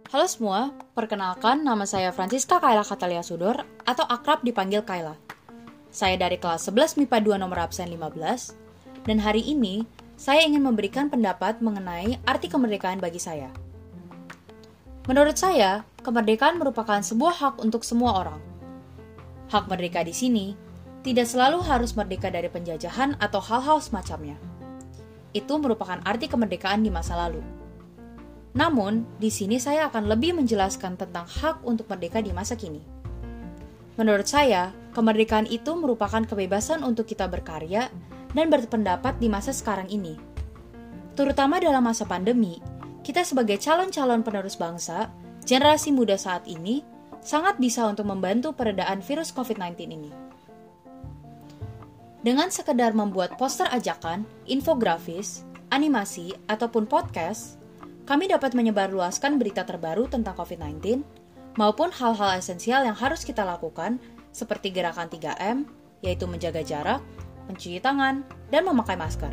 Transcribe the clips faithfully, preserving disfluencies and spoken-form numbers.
Halo semua, perkenalkan nama saya Francisca Kayla Katalia Sudor atau akrab dipanggil Kayla. Saya dari kelas sebelas M I P A dua nomor absen lima belas, dan hari ini saya ingin memberikan pendapat mengenai arti kemerdekaan bagi saya. Menurut saya, kemerdekaan merupakan sebuah hak untuk semua orang. Hak merdeka di sini tidak selalu harus merdeka dari penjajahan atau hal-hal semacamnya. Itu merupakan arti kemerdekaan di masa lalu. Namun, di sini saya akan lebih menjelaskan tentang hak untuk merdeka di masa kini. Menurut saya, kemerdekaan itu merupakan kebebasan untuk kita berkarya dan berpendapat di masa sekarang ini. Terutama dalam masa pandemi, kita sebagai calon-calon penerus bangsa, generasi muda saat ini, sangat bisa untuk membantu peredaan virus covid sembilan belas ini. Dengan sekedar membuat poster ajakan, infografis, animasi, ataupun podcast, kami dapat menyebarluaskan berita terbaru tentang covid sembilan belas maupun hal-hal esensial yang harus kita lakukan seperti gerakan tiga M, yaitu menjaga jarak, mencuci tangan, dan memakai masker.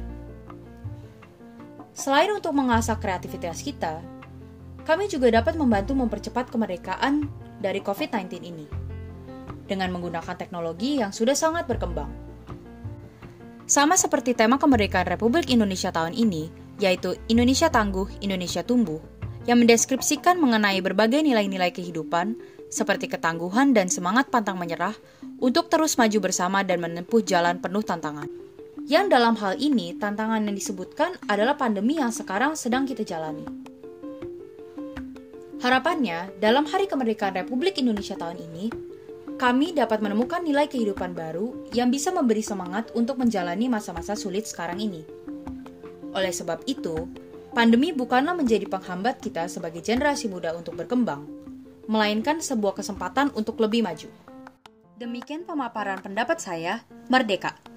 Selain untuk mengasah kreativitas kita, kami juga dapat membantu mempercepat kemerdekaan dari covid sembilan belas ini dengan menggunakan teknologi yang sudah sangat berkembang. Sama seperti tema kemerdekaan Republik Indonesia tahun ini, yaitu Indonesia Tangguh, Indonesia Tumbuh, yang mendeskripsikan mengenai berbagai nilai-nilai kehidupan, seperti ketangguhan dan semangat pantang menyerah, untuk terus maju bersama dan menempuh jalan penuh tantangan. Yang dalam hal ini, tantangan yang disebutkan adalah pandemi yang sekarang sedang kita jalani. Harapannya, dalam Hari Kemerdekaan Republik Indonesia tahun ini, kami dapat menemukan nilai kehidupan baru yang bisa memberi semangat untuk menjalani masa-masa sulit sekarang ini. Oleh sebab itu, pandemi bukanlah menjadi penghambat kita sebagai generasi muda untuk berkembang, melainkan sebuah kesempatan untuk lebih maju. Demikian pemaparan pendapat saya, Merdeka!